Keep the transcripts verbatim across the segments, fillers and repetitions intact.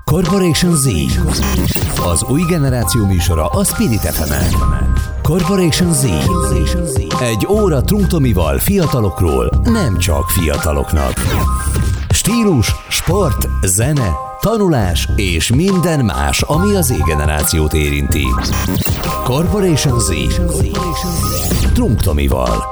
Corporation Z. Az új generáció műsora a Spirit ef emen. Corporation Z. Egy óra Trunk Tomival fiatalokról, nem csak fiataloknak. Stílus, sport, zene, tanulás és minden más, ami az Z-generációt érinti. Corporation Z. Trunk Tomival.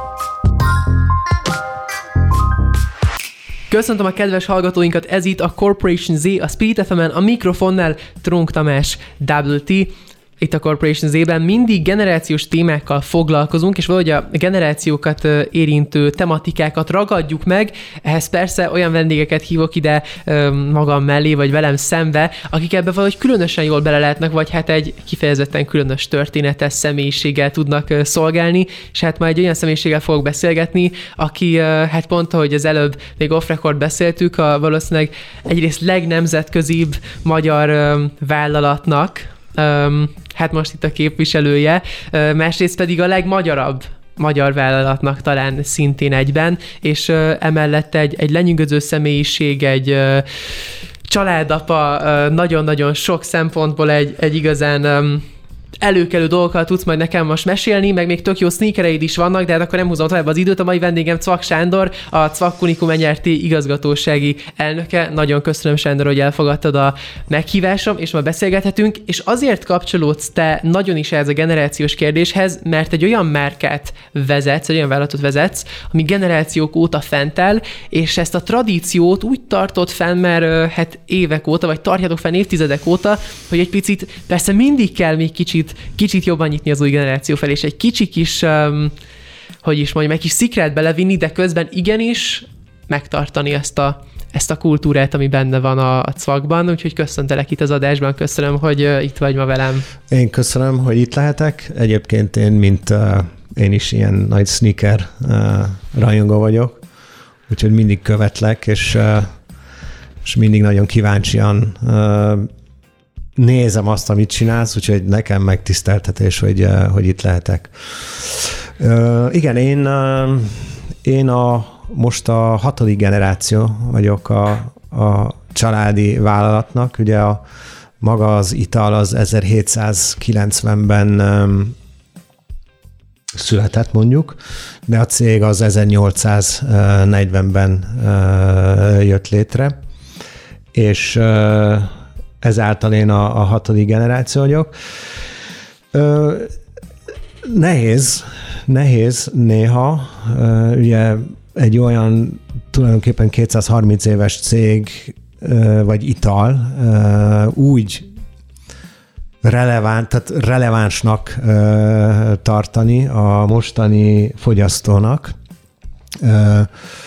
Köszöntöm a kedves hallgatóinkat, ez itt a Corporation Z, a Spirit ef emen, a mikrofonnál Trunk Tamás dupla té. Itt a Corporation Z-ben mindig generációs témákkal foglalkozunk, és valahogy a generációkat érintő tematikákat ragadjuk meg. Ehhez persze olyan vendégeket hívok ide magam mellé, vagy velem szembe, akik ebbe valahogy különösen jól belelátnak, vagy hát egy kifejezetten különös történetes személyiséggel tudnak szolgálni, és hát ma egy olyan személyiséggel fogok beszélgetni, aki hát pont, ahogy az előbb még off-record beszéltük, a valószínűleg egyrészt legnemzetközibb magyar vállalatnak, Um, hát most itt a képviselője, uh, másrészt pedig a legmagyarabb magyar vállalatnak talán szintén egyben, és uh, emellett egy, egy lenyűgöző személyiség, egy uh, családapa, uh, nagyon-nagyon sok szempontból egy, egy igazán um, előkelő dolgokat tudsz majd nekem most mesélni, meg még tök jó sneakereid is vannak, de hát akkor nem húzom tovább az időt. A mai vendégem Cvak Sándor, a Cvak Unikum en er té igazgatósági elnöke. Nagyon köszönöm, Sándor, hogy elfogadtad a meghívásom, és ma beszélgethetünk, és azért kapcsolódsz te nagyon is ehhez a generációs kérdéshez, mert egy olyan márkát vezetsz, egy olyan vállalatot vezetsz, ami generációk óta fent áll, és ezt a tradíciót úgy tartott fenn, mert hát évek óta, vagy tartjátok fenn évtizedek óta, hogy egy picit, persze mindig kell még kicsit kicsit jobban nyitni az új generáció felé, és egy kicsi kis, um, hogy is mondjam, egy kis szikrát belevinni, de közben igenis megtartani ezt a, ezt a kultúrát, ami benne van a, a Cvakban, úgyhogy köszöntelek itt az adásban, köszönöm, hogy uh, itt vagy ma velem. Én köszönöm, hogy itt lehetek. Egyébként én, mint uh, én is ilyen nagy sneaker uh, rajongó vagyok, úgyhogy mindig követlek, és, uh, és mindig nagyon kíváncsian uh, nézem azt, amit csinálsz, úgyhogy nekem megtiszteltetés, hogy, hogy itt lehetek. Uh, igen, én, uh, én a, most a hatodik generáció vagyok a, a családi vállalatnak. Ugye a, maga az ital az ezerhétszázkilencvenben um, született mondjuk, de a cég az ezernyolcszáznegyvenben uh, jött létre, és uh, ezáltal én a, a hatodik generáció vagyok. Ö, nehéz, nehéz néha, ö, ugye egy olyan tulajdonképpen kétszázharminc éves cég, ö, vagy ital ö, úgy releváns, tehát relevánsnak ö, tartani a mostani fogyasztónak. Ö,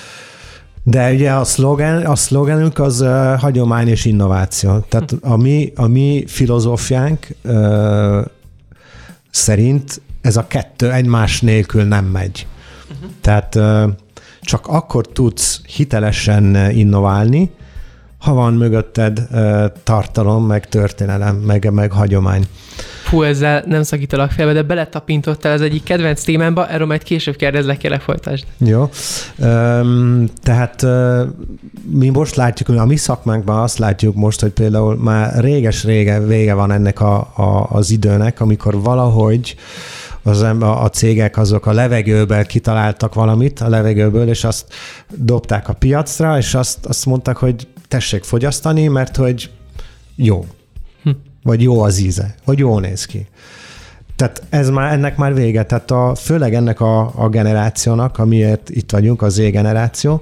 De ugye a szlogen, a szlogenünk az uh, hagyomány és innováció. Tehát a mi, a mi filozófiánk uh, szerint ez a kettő egymás nélkül nem megy. Uh-huh. Tehát uh, csak akkor tudsz hitelesen innoválni, ha van mögötted uh, tartalom, meg történelem, meg, meg hagyomány. Hú, ezzel nem szakítalak félbe, de beletapintottál az egyik kedvenc témámba, erről majd később kérdezlek, kérlek, folytasd. Jó. Um, tehát uh, mi most látjuk, hogy a mi szakmánkban azt látjuk most, hogy például már réges-rége vége van ennek a, a, az időnek, amikor valahogy az, a, a cégek azok a levegőből kitaláltak valamit, a levegőből, és azt dobták a piacra, és azt, azt mondták, hogy tessék fogyasztani, mert hogy jó. Hm. Vagy jó az íze, vagy jól néz ki. Tehát ez már, ennek már vége. Tehát a, főleg ennek a, a generációnak, amiért itt vagyunk, az Z-generáció,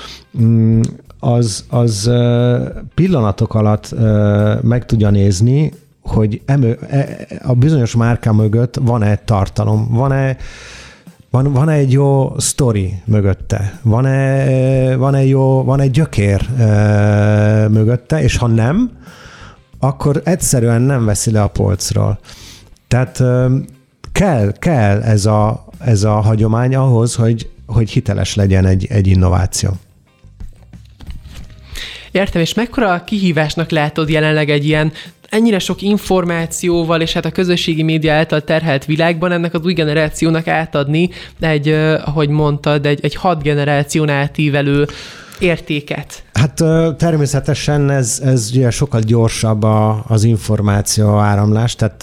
az, az pillanatok alatt meg tudja nézni, hogy emö, a bizonyos márka mögött van-e tartalom, van-e Van, van egy jó sztori mögötte, van-e, van-e jó, van egy gyökér e, mögötte, és ha nem, akkor egyszerűen nem veszi le a polcról. Tehát e, kell, kell ez a, ez a hagyomány ahhoz, hogy, hogy hiteles legyen egy, egy innováció. Értem, és mekkora kihívásnak látod jelenleg egy ilyen ennyire sok információval, és hát a közösségi média által terhelt világban ennek az új generációnak átadni egy, ahogy mondtad, egy, egy hat generáción átívelő értéket? Hát természetesen ez, ez ugye sokkal gyorsabb a, az információ áramlás, tehát,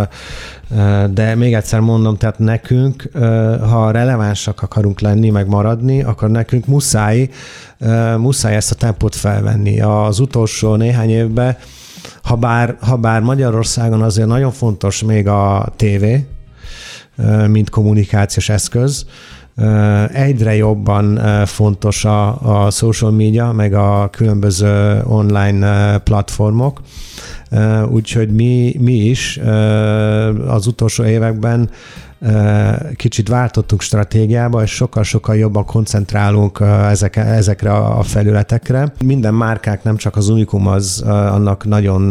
de még egyszer mondom, tehát nekünk, ha relevánsak akarunk lenni, meg maradni, akkor nekünk muszáj, muszáj ezt a tempót felvenni. Az utolsó néhány évben, ha bár, ha bár Magyarországon azért nagyon fontos még a tévé, mint kommunikációs eszköz, egyre jobban fontos a, a social media, meg a különböző online platformok. Úgyhogy mi, mi is az utolsó években kicsit váltottunk stratégiába, és sokkal-sokkal jobban koncentrálunk ezek, ezekre a felületekre. Minden márkák, nem csak az Unicum, az annak nagyon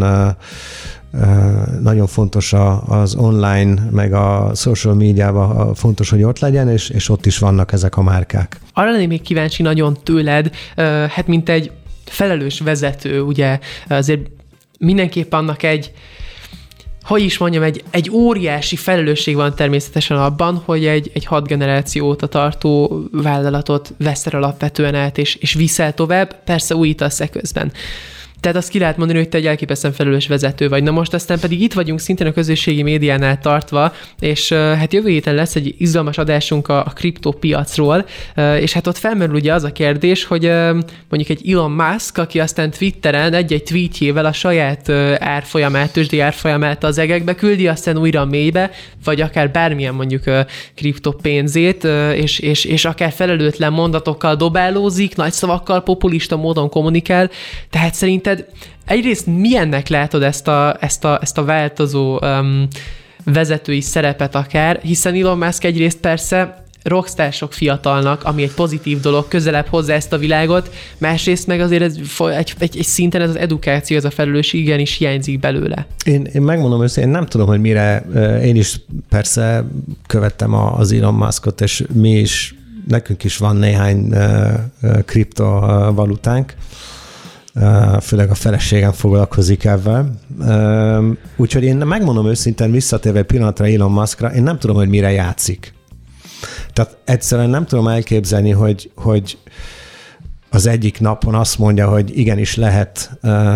nagyon fontos az online, meg a social médiában fontos, hogy ott legyen, és, és ott is vannak ezek a márkák. Arra lennék még kíváncsi nagyon tőled, hát mint egy felelős vezető, ugye azért mindenképp annak egy, hogy is mondjam, egy, egy óriási felelősség van természetesen abban, hogy egy, egy hat generáció óta tartó vállalatot veszel alapvetően át, és, és viszel tovább, persze újítasz e közben. Tehát azt ki lehet mondani, hogy te egy elképesztően felelős vezető vagy. Na most aztán pedig itt vagyunk szintén a közösségi médiánál tartva, és uh, hát jövő héten lesz egy izgalmas adásunk a, a kriptopiacról, uh, és hát ott felmerül ugye az a kérdés, hogy uh, mondjuk egy Elon Musk, aki aztán Twitteren egy-egy tweetjével a saját uh, árfolyamát, tőzsdei árfolyamát az egekbe küldi, aztán újra a mélybe, vagy akár bármilyen mondjuk uh, kriptopénzét, uh, és, és, és akár felelőtlen mondatokkal dobálózik, nagy szavakkal, populista módon kommunikál, tehát szerinted egyrészt milyennek látod ezt a, ezt a, ezt a változó um, vezetői szerepet akár, hiszen Elon Musk egyrészt persze rockstar sok fiatalnak, ami egy pozitív dolog, közelebb hozza ezt a világot, másrészt meg azért ez, egy, egy, egy szinten ez az edukáció, ez a felelősség igenis hiányzik belőle. Én, én megmondom őszintén, én nem tudom, hogy mire, én is persze követtem az Elon Muskot, és mi is, nekünk is van néhány kriptovalutánk, főleg a feleségem foglalkozik ebben. Úgyhogy én megmondom őszintén, visszatérve egy pillanatra Elon Muskra, én nem tudom, hogy mire játszik. Tehát egyszerűen nem tudom elképzelni, hogy, hogy az egyik napon azt mondja, hogy igenis lehet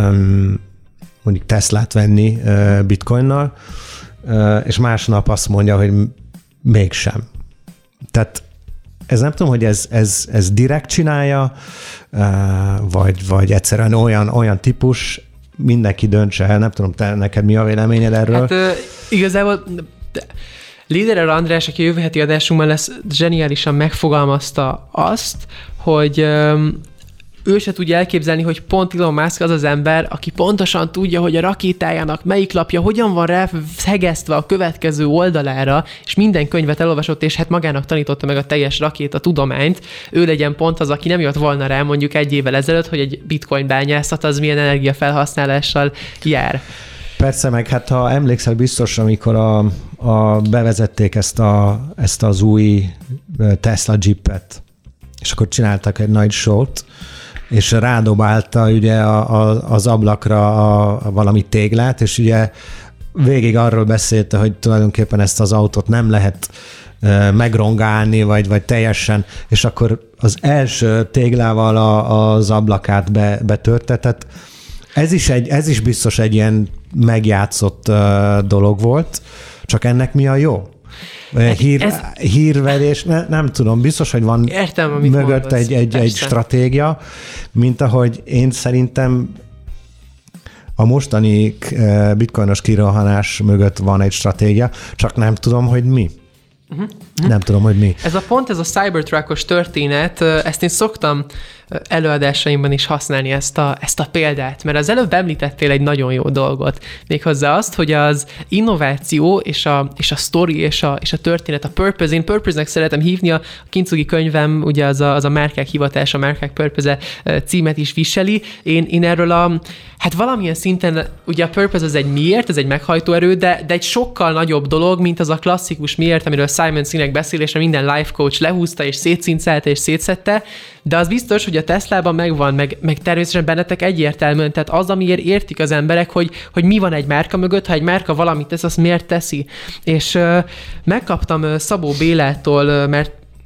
mondjuk Teslát venni bitcoinnal, és másnap azt mondja, hogy mégsem. Tehát ez nem tudom, hogy ez, ez, ez direkt csinálja, vagy, vagy egyszerűen olyan, olyan típus, mindenki döntse el. Nem tudom, te, neked mi a véleményed erről? Hát uh, igazából Lederer András, aki jövő heti adásunkban lesz, zseniálisan megfogalmazta azt, hogy um, ő se tudja elképzelni, hogy pont Elon Musk az az ember, aki pontosan tudja, hogy a rakétájának melyik lapja hogyan van ráhegesztve a következő oldalára, és minden könyvet elolvasott, és hát magának tanította meg a teljes rakéta tudományt. Ő legyen pont az, aki nem jött volna rá mondjuk egy évvel ezelőtt, hogy egy bitcoin bányászat az milyen energiafelhasználással jár. Persze, meg hát ha emlékszel biztos, amikor a, a bevezették ezt, a, ezt az új Tesla Jeepet, és akkor csináltak egy nagy show-t, és rádobálta ugye a, a, az ablakra a, a valami téglát, és ugye végig arról beszélte, hogy tulajdonképpen ezt az autót nem lehet e, megrongálni, vagy, vagy teljesen, és akkor az első téglával a, az ablakát be, betörtetett. Ez is, egy, ez is biztos egy ilyen megjátszott uh, dolog volt, csak ennek mi a jó? Hír, ez... Hírverés, ne, nem tudom, biztos, hogy van Értem, mögött egy, egy, egy stratégia, mint ahogy én szerintem a mostani bitcoinos kirohanás mögött van egy stratégia, csak nem tudom, hogy mi. Uh-huh. Nem tudom, hogy mi. Ez a pont, ez a Cybertruckos történet, ezt én szoktam előadásaimban is használni ezt a, ezt a példát, mert az előbb említettél egy nagyon jó dolgot. Méghozzá azt, hogy az innováció és a, és a story és a, és a történet, a purpose, én purpose-nek szeretem hívni, a Kintsugi könyvem, ugye az a, az a márkák hivatása, a márkák purpose címet is viseli. Én, én erről a, hát valamilyen szinten, ugye a purpose az egy miért, ez egy meghajtó erő, de, de egy sokkal nagyobb dolog, mint az a klasszikus miért, amiről Simon Sinek beszél, és minden life coach lehúzta, és szétszincálta, és szétszette, de az biztos, hogy a Teslában megvan, meg, meg természetesen bennetek egyértelműen, tehát az, amiért értik az emberek, hogy, hogy mi van egy márka mögött, ha egy márka valamit tesz, azt miért teszi. És uh, megkaptam uh, Szabó Bélától, uh, mert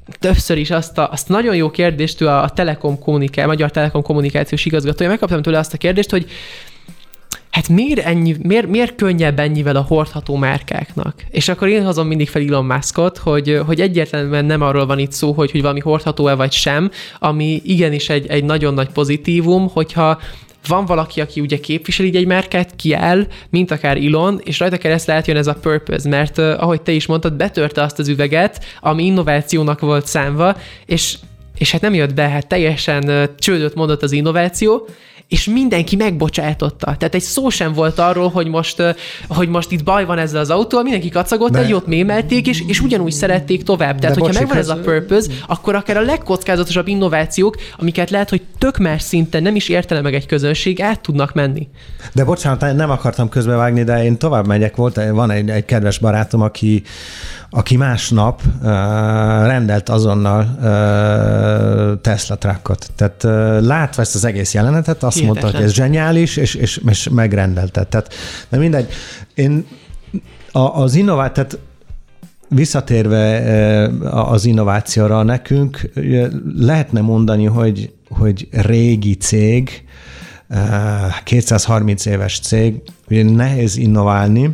többször is azt a azt nagyon jó kérdést a, a Telekom kommuniká, Magyar Telekom kommunikációs igazgatója, megkaptam tőle azt a kérdést, hogy hát miért, ennyi, miért, miért könnyebb ennyivel a hordható márkáknak? És akkor én hozom mindig fel Elon Muskot, hogy, hogy egyértelműen nem arról van itt szó, hogy, hogy valami hordható-e vagy sem, ami igenis egy, egy nagyon nagy pozitívum, hogyha van valaki, aki ugye képviseli így egy márkát, kiáll, mint akár Elon, és rajta keresztül átjön ez a purpose, mert uh, ahogy te is mondtad, betörte azt az üveget, ami innovációnak volt számva, és, és hát nem jött be, hát teljesen uh, csődöt mondott az innováció, és mindenki megbocsátotta. Tehát egy szó sem volt arról, hogy most, hogy most itt baj van ezzel az autóval, mindenki kacagott, egy jót mémelték, és, és ugyanúgy szerették tovább. Tehát, hogyha megvan ez a purpose, akkor akár a legkockázatosabb innovációk, amiket lehet, hogy tök más szinten nem is értene meg egy közönség, át tudnak menni. De bocsánat, nem akartam közbevágni, de én tovább megyek. Volt, van egy, egy kedves barátom, aki, aki másnap uh, rendelt azonnal uh, Tesla truckot. Tehát uh, látva ezt az egész jelenetet, azt mondta, hogy ez zseniális, és, és, és megrendelte. Tehát, de mindegy, én a, az innováció, tehát visszatérve az innovációra nekünk, lehetne mondani, hogy, hogy régi cég, kétszázharminc éves cég, ugye nehéz innoválni,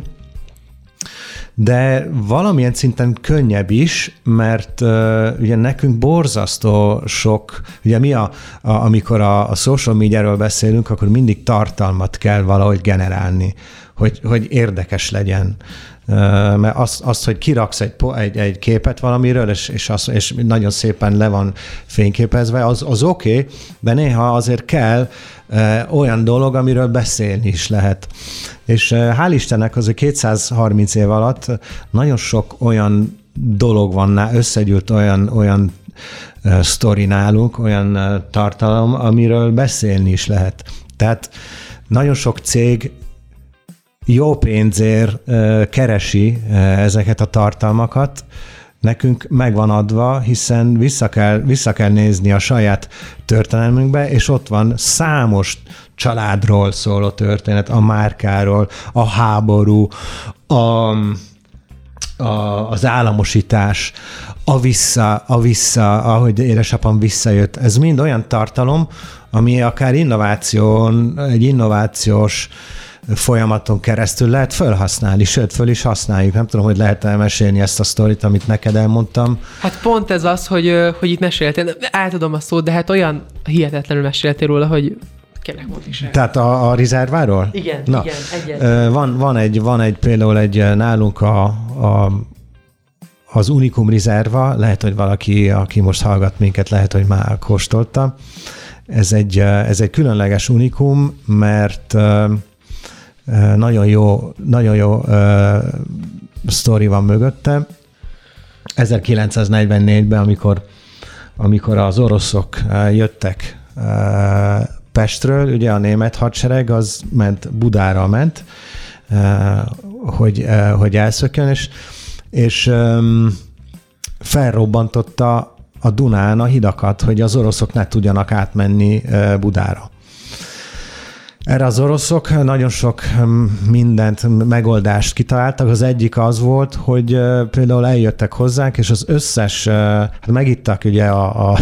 de valamilyen szinten könnyebb is, mert uh, ugye nekünk borzasztó sok, ugye mi a, a amikor a, a social mediáról beszélünk, akkor mindig tartalmat kell valahogy generálni, hogy, hogy érdekes legyen. Uh, mert azt, azt, hogy kiraksz egy, egy, egy képet valamiről, és, és, az, és nagyon szépen le van fényképezve, az, az oké, okay, de néha azért kell uh, olyan dolog, amiről beszélni is lehet. És uh, hál' Istennek az a kétszázharminc év alatt nagyon sok olyan dolog van, összegyűlt olyan, olyan uh, sztori nálunk, olyan uh, tartalom, amiről beszélni is lehet. Tehát nagyon sok cég jó pénzért uh, keresi uh, ezeket a tartalmakat, nekünk megvan adva, hiszen vissza kell, vissza kell nézni a saját történelmünkbe, és ott van számos családról szóló történet, a márkáról, a háború, a, a, az államosítás, a vissza, a vissza, ahogy édesapám visszajött. Ez mind olyan tartalom, ami akár innováción, egy innovációs folyamaton keresztül lehet felhasználni, sőt, föl is használjuk. Nem tudom, hogy lehet elmesélni ezt a sztorit, amit neked elmondtam. Hát pont ez az, hogy, hogy itt meséltél. Átadom a szót, de hát olyan hihetetlenül meséltél róla, hogy kérlek, mondd is el. Tehát a, a Rizerváról? Igen, Na, igen, egyet. Van, van, egy, van egy például egy nálunk a, a az Unicum Rizerva, lehet, hogy valaki, aki most hallgat minket, lehet, hogy már kóstolta. Ez egy, ez egy különleges unikum, mert nagyon jó, nagyon jó uh, sztori van mögötte. ezerkilencszáznegyvennégyben, amikor, amikor az oroszok uh, jöttek uh, Pestről, ugye a német hadsereg az ment, Budára ment, uh, hogy, uh, hogy elszökjön, és, és um, felrobbantotta a Dunán a hidakat, hogy az oroszok ne tudjanak átmenni uh, Budára. Erre az oroszok nagyon sok mindent, megoldást kitaláltak. Az egyik az volt, hogy például eljöttek hozzánk, és az összes, hát megittak ugye a, a,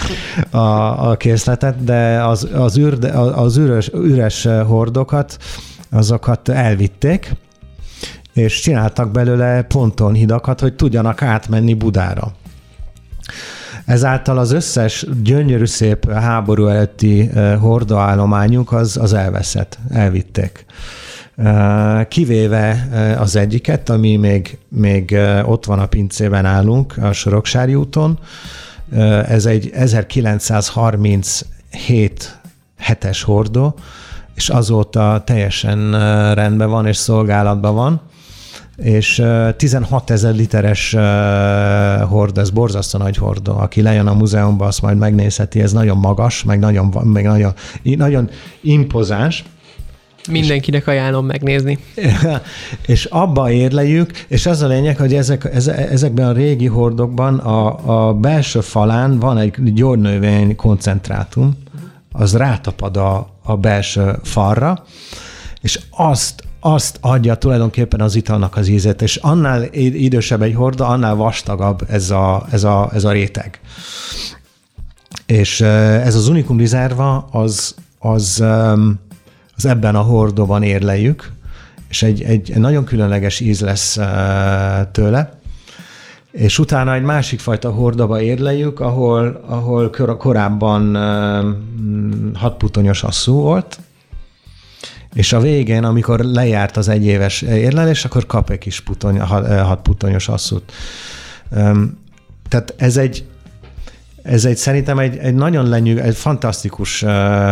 a, a készletet, de az, az, űr, az üres, üres hordokat, azokat elvitték, és csináltak belőle pontonhidakat, hogy tudjanak átmenni Budára. Ezáltal az összes gyönyörű szép háború előtti hordaállományunk az, az elveszett, elvitték. Kivéve az egyiket, ami még, még ott van a pincében állunk, a Soroksári úton. Ez egy ezerkilencszázharminchét hetes hordó, és azóta teljesen rendben van és szolgálatban van. És tizenhatezer literes hordó, ez borzasztó nagy hordó. Aki lejön a múzeumban, azt majd megnézheti, ez nagyon magas, meg nagyon, meg nagyon, nagyon impozáns. Mindenkinek ajánlom megnézni. És abba érleljük, és az a lényeg, hogy ezek, ezekben a régi hordokban a, a belső falán van egy gyógynövény koncentrátum, az rátapad a, a belső falra, és azt azt adja tulajdonképpen az italnak az ízét, és annál idősebb egy horda, annál vastagabb ez a, ez a, ez a réteg. És ez az Unicum Riserva, az, az, az ebben a hordóban érleljük, és egy, egy nagyon különleges íz lesz tőle, és utána egy másik fajta hordóba érleljük, ahol, ahol korábban hatputonyos asszú volt, és a végén, amikor lejárt az egyéves érlelés, akkor kap egy kis putony, hatputonyos asszút. Tehát ez egy, ez egy szerintem egy, egy nagyon lenyűg, egy fantasztikus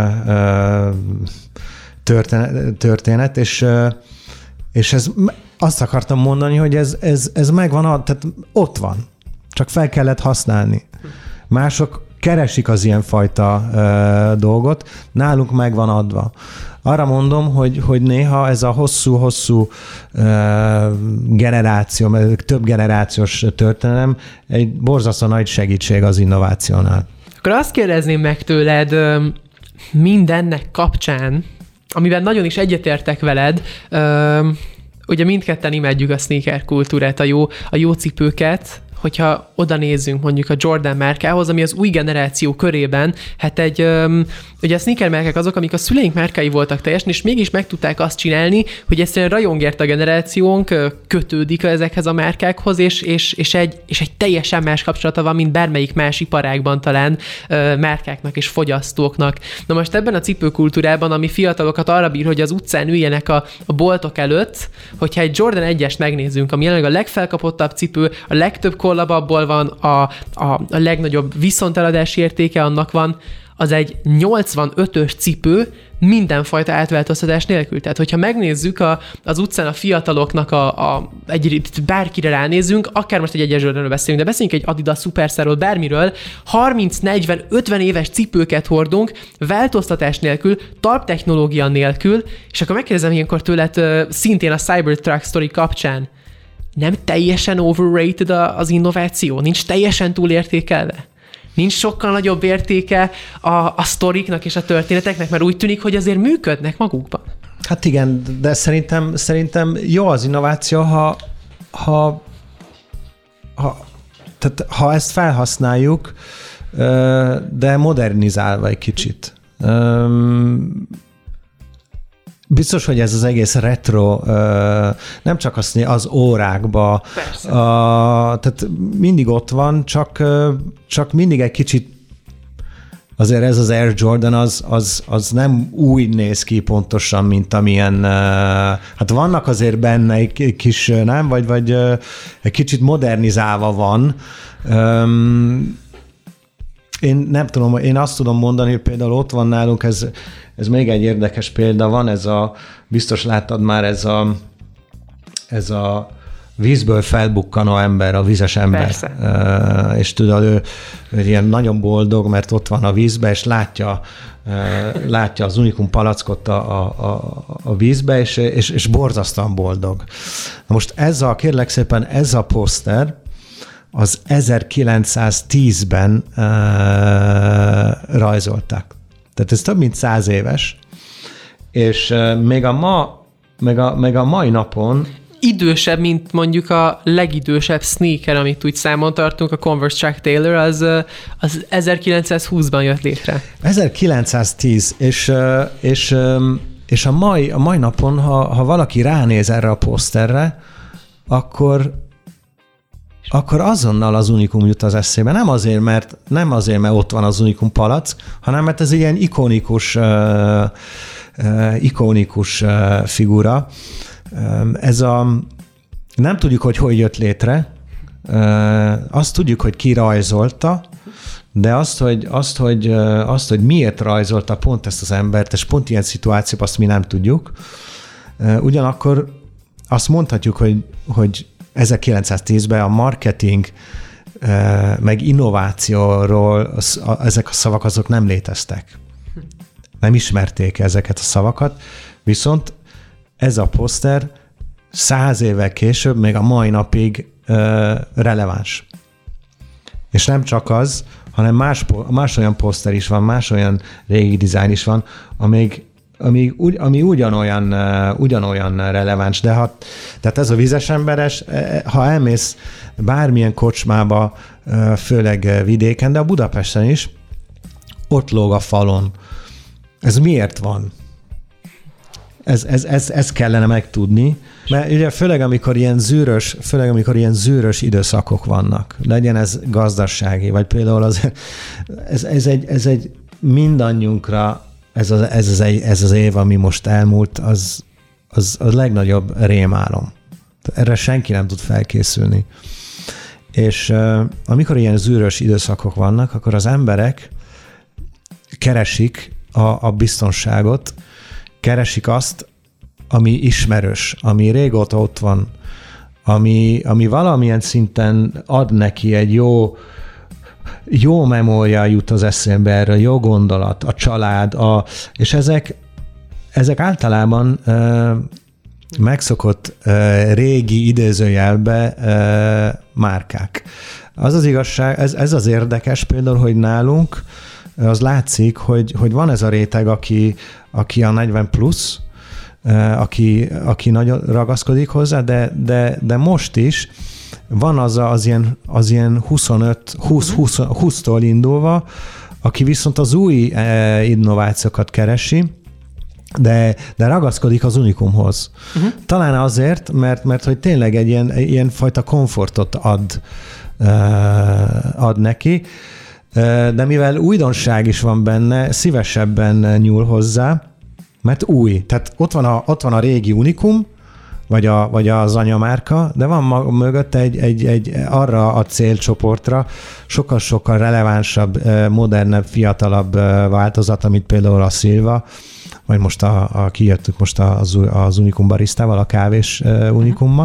történet, történet és, és ez, azt akartam mondani, hogy ez, ez, ez megvan, tehát ott van, csak fel kellett használni. Mások keresik az ilyenfajta uh, dolgot, nálunk megvan adva. Arra mondom, hogy, hogy néha ez a hosszú-hosszú uh, generáció, több generációs történelem egy borzasztó nagy segítség az innovációnál. Akkor azt kérdezném meg tőled mindennek kapcsán, amiben nagyon is egyetértek veled, uh, ugye mindketten imádjuk a sneaker kultúrát, a jó, a jó cipőket, hogyha oda nézzünk mondjuk a Jordan márkához, ami az új generáció körében, hát egy, öm, ugye a sneaker márkák azok, amik a szüleink márkái voltak teljesen, és mégis meg tudták azt csinálni, hogy egyszerűen rajongért a generációnk, kötődik ezekhez a márkákhoz, és, és, és, egy, és egy teljesen más kapcsolata van, mint bármelyik más iparágban talán ö, márkáknak és fogyasztóknak. Na most ebben a cipőkultúrában, ami fiatalokat arra bír, hogy az utcán üljenek a, a boltok előtt, hogyha egy Jordan egyest megnézzünk, ami jelenleg a legfelkapottabb cipő, a legtöbb kollababból van, a, a, a legnagyobb viszonteladási értéke annak van, az egy nyolcvanötös cipő mindenfajta átváltoztatás nélkül. Tehát, hogyha megnézzük a, az utcán a fiataloknak a, a egy, bárkire ránézzünk, akár most egy egyes Jordanről beszélünk, de beszéljünk egy Adidas Superstarról, bármiről, harminc, negyven, ötven éves cipőket hordunk, változtatás nélkül, talptechnológia nélkül, és akkor megkérdezem ilyenkor tőled szintén a Cybertruck sztori kapcsán, nem teljesen overrated az innováció? Nincs teljesen túlértékelve? Nincs sokkal nagyobb értéke a, a sztoriknak és a történeteknek, mert úgy tűnik, hogy azért működnek magukban. Hát igen, de szerintem, szerintem jó az innováció, ha, ha, ha, tehát ha ezt felhasználjuk, de modernizálva egy kicsit. Biztos, hogy ez az egész retro, nem csak az, az órákba, a, tehát mindig ott van, csak, csak mindig egy kicsit azért ez az Air Jordan az, az, az nem úgy néz ki pontosan, mint amilyen, hát vannak azért benne egy kis, nem, vagy, vagy egy kicsit modernizálva van. Én nem tudom, én azt tudom mondani, hogy például ott van nálunk, ez, ez még egy érdekes példa, van ez a, biztos láttad már, ez a, ez a vízből felbukkanó ember, a vízes ember. Persze. Uh, és tudod, ő, ő ilyen nagyon boldog, mert ott van a vízbe, és látja, uh, látja az Unicum palackot a, a, a vízbe, és, és, és borzasztóan boldog. Na most ez a, kérlek szépen, ez a poszter, az ezerkilencszáztízben uh, rajzolták. Tehát ez több mint száz éves, és uh, még, a ma, még, a, még a mai napon idősebb, mint mondjuk a legidősebb sneaker, amit úgy számon tartunk, a Converse Chuck Taylor, az, az ezerkilencszázhúszban jött létre. ezerkilencszáztíz, és, és, és a, mai, a mai napon, ha, ha valaki ránéz erre a poszterre, akkor akkor azonnal az Unicum jut az eszébe. Nem azért, mert, nem azért, mert ott van az Unicum palack, hanem mert ez ilyen ikonikus, uh, uh, ikonikus uh, figura. Um, ez a, nem tudjuk, hogy hogy jött létre, uh, azt tudjuk, hogy ki rajzolta, de azt, hogy, azt, hogy, uh, azt, hogy miért rajzolta pont ezt az embert, és pont ilyen szituációban, azt mi nem tudjuk. Uh, ugyanakkor azt mondhatjuk, hogy, hogy ezerkilencszáztízben a marketing meg innovációról ezek a szavak azok nem léteztek. Nem ismerték ezeket a szavakat, viszont ez a poszter száz évvel később még a mai napig releváns. És nem csak az, hanem más, más olyan poszter is van, más olyan régi dizájn is van, amíg ami, ami ugyanolyan, ugyanolyan releváns, de ha, tehát ez a vizes emberes, ha elmész bármilyen kocsmába, főleg vidéken, de a Budapesten is, ott lóg a falon. Ez miért van? Ez, ez, ez, ez kellene megtudni, mert ugye főleg amikor ilyen zűrös, főleg amikor ilyen zűrös időszakok vannak, legyen ez gazdasági, vagy például az, ez, ez, egy, ez egy mindannyiunkra, ez az, ez, az, ez az év, ami most elmúlt, az, az a legnagyobb rémálom. Erre senki nem tud felkészülni. És uh, amikor ilyen zűrös időszakok vannak, akkor az emberek keresik a, a biztonságot, keresik azt, ami ismerős, ami régóta ott van, ami, ami valamilyen szinten ad neki egy jó, jó memória jut az eszébe erről, jó gondolat, a család, a, és ezek, ezek általában uh, megszokott uh, régi idézőjelbe uh, márkák. Az az igazság, ez, ez az érdekes például, hogy nálunk az látszik, hogy, hogy van ez a réteg, aki, aki a negyven plusz, aki, aki nagyon ragaszkodik hozzá, de, de, de most is van az a, az ilyen, az ilyen huszonöt, húsz-húsztól indulva, aki viszont az új innovációkat keresi, de, de ragaszkodik az unikumhoz. Uh-huh. Talán azért, mert, mert hogy tényleg egy ilyen, ilyen fajta komfortot ad, ad neki, de mivel újdonság is van benne, szívesebben nyúl hozzá, mert új. Tehát ott van a, ott van a régi unikum, vagy, a, vagy az anyamárka, de van maga mögött egy, egy, egy arra a célcsoportra sokkal-sokkal relevánsabb, modernebb, fiatalabb változat, amit például a Silva, vagy most a, a kijöttük most az, az Unikum barisztával, a kávés unikummal.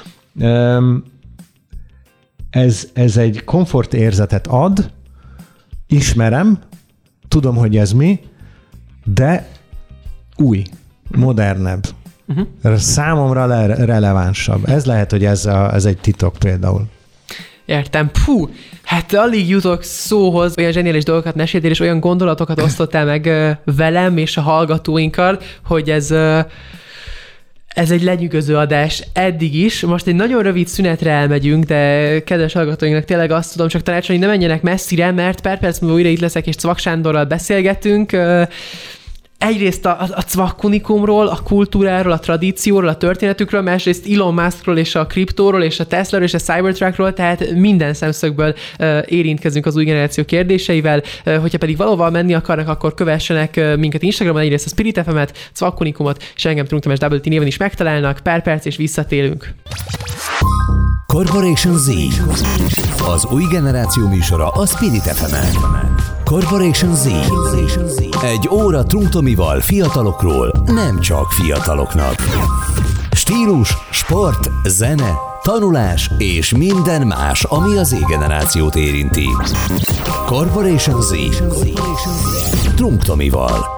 Ez, ez egy komfortérzetet ad, ismerem, tudom, hogy ez mi, de új, modernebb. Uh-huh. Számomra le- relevánsabb. Ez lehet, hogy ez, a, ez egy titok például. Értem. Puh, hát alig jutok szóhoz, olyan zseniális dolgokat meséltél, és olyan gondolatokat osztottál meg uh, velem és a hallgatóinkkal, hogy ez... Uh, Ez egy lenyűgöző adás eddig is. Most egy nagyon rövid szünetre elmegyünk, de kedves hallgatóinknak tényleg azt tudom csak tanácsolni, hogy ne menjenek messzire, mert pár perc múlva újra itt leszek, és Cvak Sándorral beszélgetünk. Egyrészt a, a Cvak Unikumról, a kultúráról, a tradícióról, a történetükről, másrészt Elon Muskról és a kriptóról és a Tesláról és a Cybertruckról, tehát minden szemszögből uh, érintkezünk az új generáció kérdéseivel. Uh, hogyha pedig valóval menni akarnak, akkor kövessenek uh, minket Instagramon, egyrészt a Spirit ef em-et, Cvak Unikumot, és engem Trunk Tamás double té néven is megtalálnak. Pár perc és visszatérünk. Corporation Z. Az új generáció műsora a Spirit ef em-en. Corporation Z. Egy óra Trunk Tomival fiatalokról, nem csak fiataloknak. Stílus, sport, zene, tanulás és minden más, ami az Z-generációt érinti. Corporation Z. Trunk Tomival.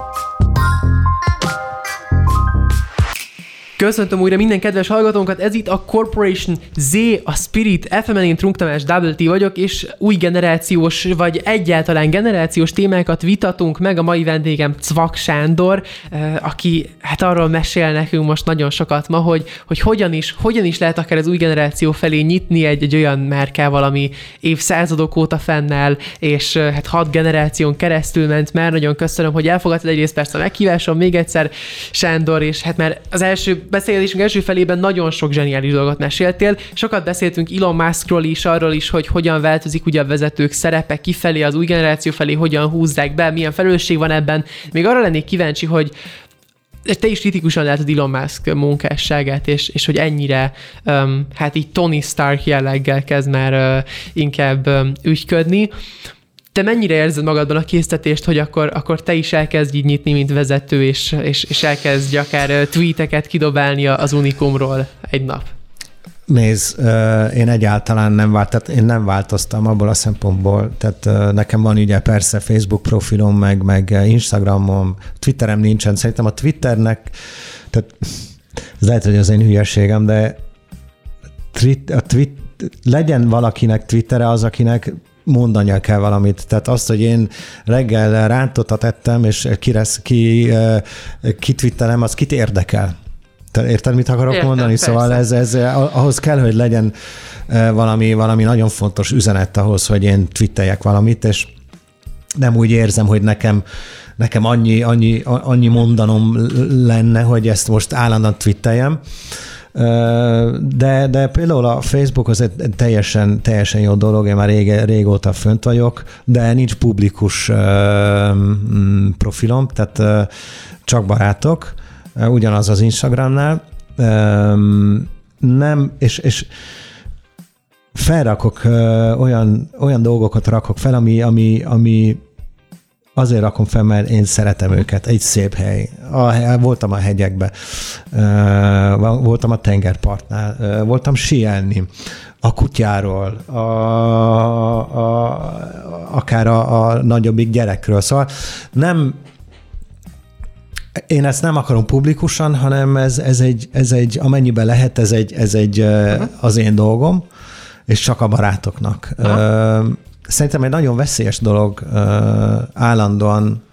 Köszöntöm újra minden kedves hallgatónkat, ez itt a Corporation Z, a Spirit ef em-en, én Trunk Tamás double té vagyok, és új generációs, vagy egyáltalán generációs témákat vitatunk meg. A mai vendégem Cvak Sándor, aki hát arról mesél nekünk most nagyon sokat ma, hogy, hogy hogyan is, hogyan is lehet akár az új generáció felé nyitni egy, egy olyan márkával, ami évszázadok óta fennáll, és hát hat generáción keresztül ment már. Nagyon köszönöm, hogy elfogadtad egyrészt persze a meghívásom még egyszer, Sándor, és hát már az első beszélésünk első felében nagyon sok zseniális dolgot meséltél. Sokat beszéltünk Elon Muskról is, arról is, hogy hogyan változik ugye a vezetők szerepe kifelé, az új generáció felé, hogyan húzzák be, milyen felelősség van ebben. Még arra lennék kíváncsi, hogy te is kritikusan látod Elon Musk munkásságát, és, és hogy ennyire um, hát így Tony Stark jelleggel kezd már uh, inkább um, ügyködni. Te mennyire érzed magadban a késztetést, hogy akkor, akkor te is elkezd így nyitni, mint vezető, és, és, és elkezdj akár tweeteket kidobálni az Unikumról egy nap? Nézd, én egyáltalán nem vált, tehát én nem változtam abból a szempontból, tehát nekem van ugye persze Facebook profilom, meg, meg Instagramom, Twitterem nincsen, szerintem a Twitternek, tehát ez lehet, hogy az én hülyeségem, de a tweet, legyen valakinek Twittere az, akinek mondania kell valamit. Tehát azt, hogy én reggel rántottat ettem, és kiresz, ki, kitwittelem, az kit érdekel. Te érted, mit akarok Értem, mondani? Persze. Szóval ez, ez, ahhoz kell, hogy legyen valami, valami nagyon fontos üzenet ahhoz, hogy én twitteljek valamit, és nem úgy érzem, hogy nekem, nekem annyi, annyi, annyi mondanom lenne, hogy ezt most állandóan twitteljem. De, de például a Facebook az egy teljesen, teljesen jó dolog, én már rég, régóta fönt vagyok, de nincs publikus profilom, tehát csak barátok, ugyanaz az Instagramnál. Nem, és, és felrakok olyan, olyan dolgokat rakok fel, ami, ami, ami azért rakom fel, mert én szeretem őket. Egy szép hely. A, voltam a hegyekben, voltam a tengerpartnál, voltam síelni, a kutyáról, a, a, akár a, a nagyobbik gyerekről. Szóval nem, én ezt nem akarom publikusan, hanem ez, ez, egy, ez egy, amennyiben lehet, ez egy, ez egy uh-huh. az én dolgom, és csak a barátoknak. Uh-huh. Szerintem egy nagyon veszélyes dolog állandóan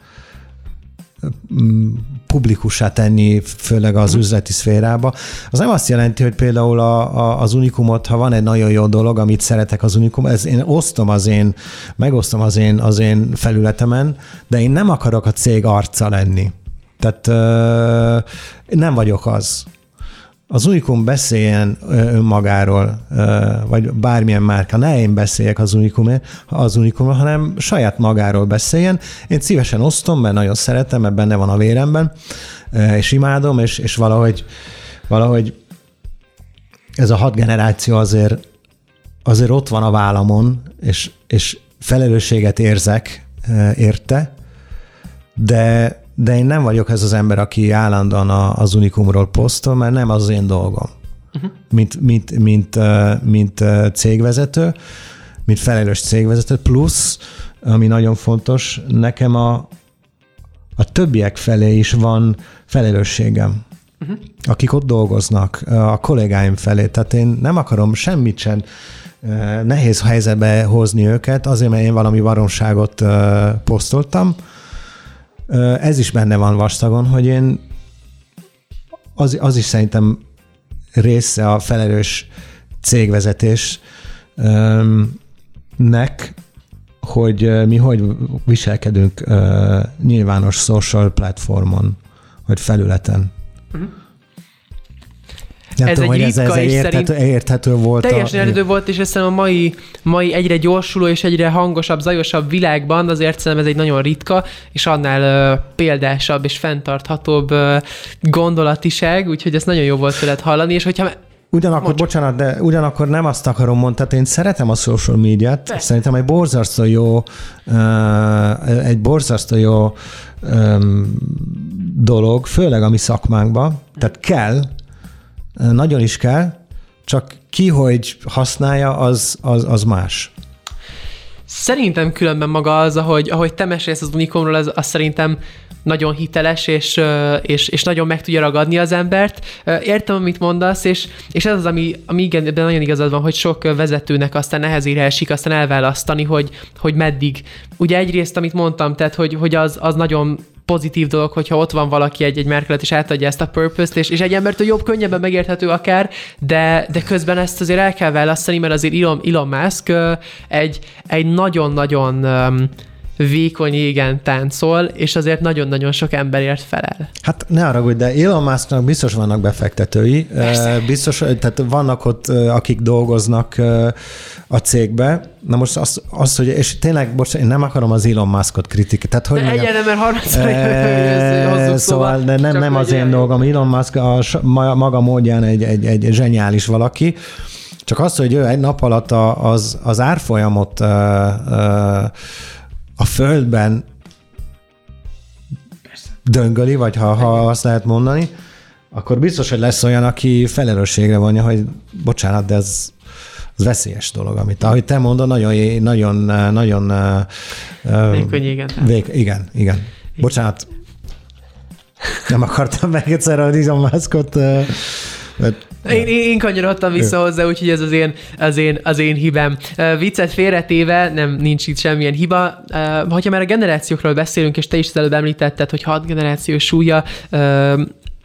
publikussá tenni, főleg az üzleti szférába. Az nem azt jelenti, hogy például a, a, az Unikumot, ha van egy nagyon jó dolog, amit szeretek az Unikum, ez én osztom az én, megosztom az én, az én felületemen, de én nem akarok a cég arca lenni. Tehát nem vagyok az. Az Unikum beszéljen önmagáról, vagy bármilyen márka, ne én beszéljek az Unikumért, az Unikumról, hanem saját magáról beszéljen. Én szívesen osztom, mert nagyon szeretem, mert benne van a véremben, és imádom, és, és valahogy, valahogy ez a hat generáció azért, azért ott van a vállamon, és, és felelősséget érzek érte, de de én nem vagyok ez az ember, aki állandóan az Unikumról posztol, mert nem az én dolgom. Uh-huh. Mint, mint, mint, mint cégvezető, mint felelős cégvezető, plusz, ami nagyon fontos, nekem a, a többiek felé is van felelősségem, uh-huh. akik ott dolgoznak, a kollégáim felé. Tehát én nem akarom semmit sem nehéz helyzetbe hozni őket, azért, mert én valami baromságot posztoltam. Ez is benne van vastagon, hogy én az, az is szerintem része a felelős cégvezetésnek, hogy mi hogy viselkedünk nyilvános social platformon, vagy felületen. Uh-huh. Nem ez tudom, egy hogy ez, ez érthető, érthető volt. Teljesen érthető volt, és ezt a mai, mai egyre gyorsuló és egyre hangosabb, zajosabb világban azért szerintem ez egy nagyon ritka, és annál uh, példásabb és fenntarthatóbb uh, gondolatiság, úgyhogy ez nagyon jó volt tőled hallani, és hogyha Ugyanakkor, Mondjuk. bocsánat, de ugyanakkor nem azt akarom mondani, én szeretem a social médiát, Persze. szerintem egy borzasztó jó, uh, egy borzasztó jó um, dolog, főleg a mi szakmánkban, tehát kell, nagyon is kell, csak ki, hogy használja, az, az, az más. Szerintem különben maga az, ahogy, ahogy te mesélsz az Unikumról, az, az szerintem nagyon hiteles, és, és, és nagyon meg tudja ragadni az embert. Értem, amit mondasz, és, és ez az, ami, ami igen, de nagyon igazad van, hogy sok vezetőnek aztán nehezére esik aztán elválasztani, hogy, hogy meddig. Ugye egyrészt, amit mondtam, tehát, hogy, hogy az, az nagyon pozitív dolog, hogyha ott van valaki egy, egy merkelet, és átadja ezt a purpose-t, és, és egy embertől jobb, könnyebben megérthető akár, de, de közben ezt azért el kell választani, mert azért Elon, Elon Musk egy, egy nagyon-nagyon um, vékony égen táncol, és azért nagyon-nagyon sok emberért felel. Hát ne haragudj, de Elon Musknak biztos vannak befektetői, Persze. biztos, tehát vannak ott, akik dolgoznak a cégbe. Na most az, az hogy, és tényleg, bocsánat, én nem akarom az Elon Muskot kritikálni. Tehát, hogy de egyen, mert harmadszor hozzuk szóval, de nem, nem az én dolgom. Elon Musk a maga módján egy, egy, egy zseniális valaki. Csak az, hogy ő egy nap alatt az, az árfolyamot a földben döngöli, vagy ha, ha azt lehet mondani, akkor biztos, hogy lesz olyan, aki felelősségre vonja, hogy bocsánat, de ez, ez veszélyes dolog, amit ahogy te mondod, nagyon, nagyon, nagyon... Vékony, igen. Vék, igen, igen. Bocsánat, nem akartam meg egyszer a Elon Muskot, mert Én, én kanyarodtam vissza hozzá, úgyhogy ez az én, az én, az én hibám. Uh, viccet félretéve, nem, nincs itt semmilyen hiba. Uh, hogyha már a generációkról beszélünk, és te is előbb említetted, hogy hat generációs súlya, uh,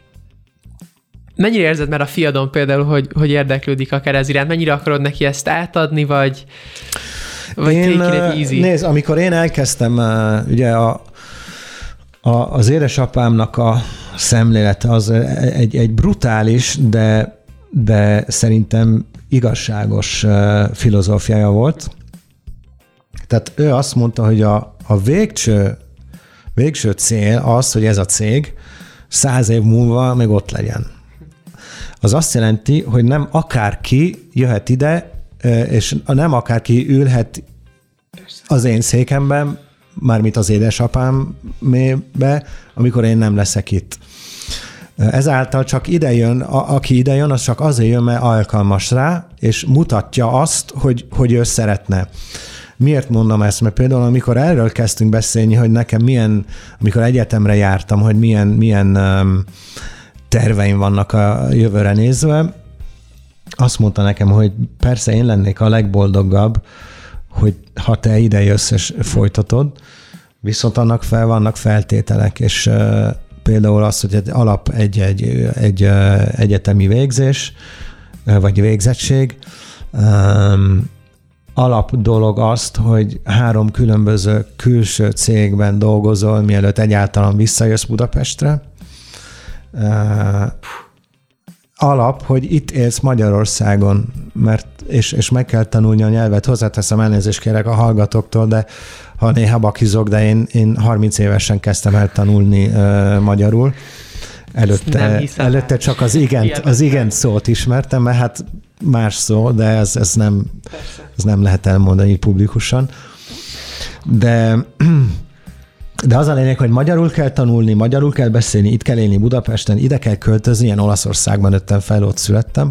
mennyire érzed már a fiadon például, hogy, hogy érdeklődik akár ez iránt? Mennyire akarod neki ezt átadni, vagy, vagy én, take it easy? Nézd, amikor én elkezdtem, ugye a, a, az édesapámnak a szemlélete az egy, egy brutális, de, de szerintem igazságos filozófiája volt. Tehát ő azt mondta, hogy a, a végső, végső cél az, hogy ez a cég száz év múlva még ott legyen. Az azt jelenti, hogy nem akárki jöhet ide, és nem akárki ülhet az én székemben, mármint az édesapámbe, amikor én nem leszek itt. Ezáltal csak ide jön, a, aki ide jön, az csak azért jön, mert alkalmas rá, és mutatja azt, hogy, hogy ő szeretne. Miért mondom ezt? Mert például amikor erről kezdtünk beszélni, hogy nekem milyen, amikor egyetemre jártam, hogy milyen, milyen um, terveim vannak a jövőre nézve, azt mondta nekem, hogy persze én lennék a legboldogabb, hogy ha te ide jössz és folytatod, viszont annak fel vannak feltételek, és uh, például az, hogy egy alap egy, egy, egy uh, egyetemi végzés, uh, vagy végzettség, um, alap dolog azt, hogy három különböző külső cégben dolgozol, mielőtt egyáltalán visszajössz Budapestre. Uh, alap, hogy itt élsz Magyarországon, mert és, és meg kell tanulni a nyelvet. Hozzáteszem, elnézést kérek a hallgatóktól, de ha néha bakizok, de én, én harminc évesen kezdtem el tanulni uh, magyarul. Előtte, előtte csak az igent, az igent szót ismertem, mert hát más szó, de ez, ez, nem, ez nem lehet elmondani publikusan. De, de az a lényeg, hogy magyarul kell tanulni, magyarul kell beszélni, itt kell élni Budapesten, ide kell költözni, ilyen Olaszországban nőttem fel, ott születtem.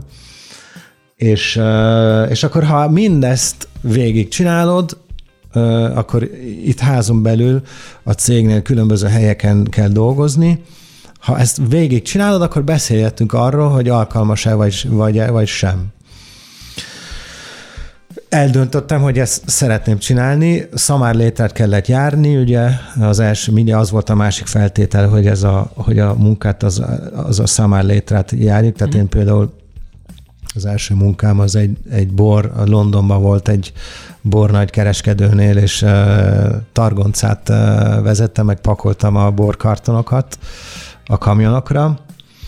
És, és akkor, ha mindezt végigcsinálod, akkor itt házon belül a cégnél különböző helyeken kell dolgozni. Ha ezt végig csinálod, akkor beszélhetünk arról, hogy alkalmas-e vagy, vagy, vagy sem. Eldöntöttem, hogy ezt szeretném csinálni. Szamárlétrát kellett járni, ugye az első, mindjárt az volt a másik feltétel, hogy, ez a, hogy a munkát az, az a szamárlétrát járjuk. Tehát mm. én például az első munkám az egy, egy bor, Londonban volt egy bor nagy kereskedőnél, és uh, targoncát uh, vezettem, meg pakoltam a borkartonokat a kamionokra.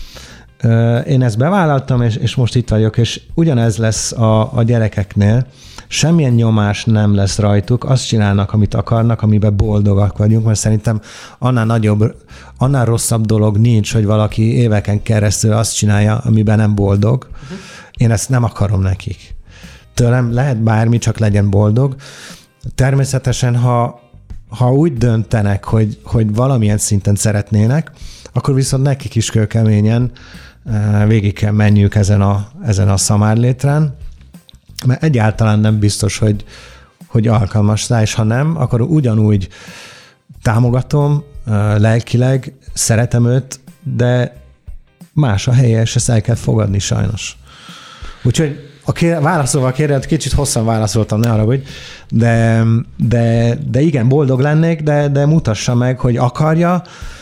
Én ezt bevállaltam, és, és most itt vagyok, és ugyanez lesz a, a gyerekeknél. Semmilyen nyomás nem lesz rajtuk, azt csinálnak, amit akarnak, amiben boldogak vagyunk, mert szerintem annál nagyobb, annál rosszabb dolog nincs, hogy valaki éveken keresztül azt csinálja, amiben nem boldog. Uh-huh. Én ezt nem akarom nekik. Tőlem lehet bármi, csak legyen boldog. Természetesen, ha, ha úgy döntenek, hogy, hogy valamilyen szinten szeretnének, akkor viszont nekik is kőkeményen végig kell menniük ezen a, ezen a szamárlétrán, mert egyáltalán nem biztos, hogy, hogy alkalmas rá, és ha nem, akkor ugyanúgy támogatom lelkileg, szeretem őt, de más a helye, és ezt el kell fogadni sajnos. Úgyhogy a kér, válaszolva a kérdet, kicsit hosszan válaszoltam, ne haragudj, de, de, de igen, boldog lennék, de, de mutassa meg, hogy akarja,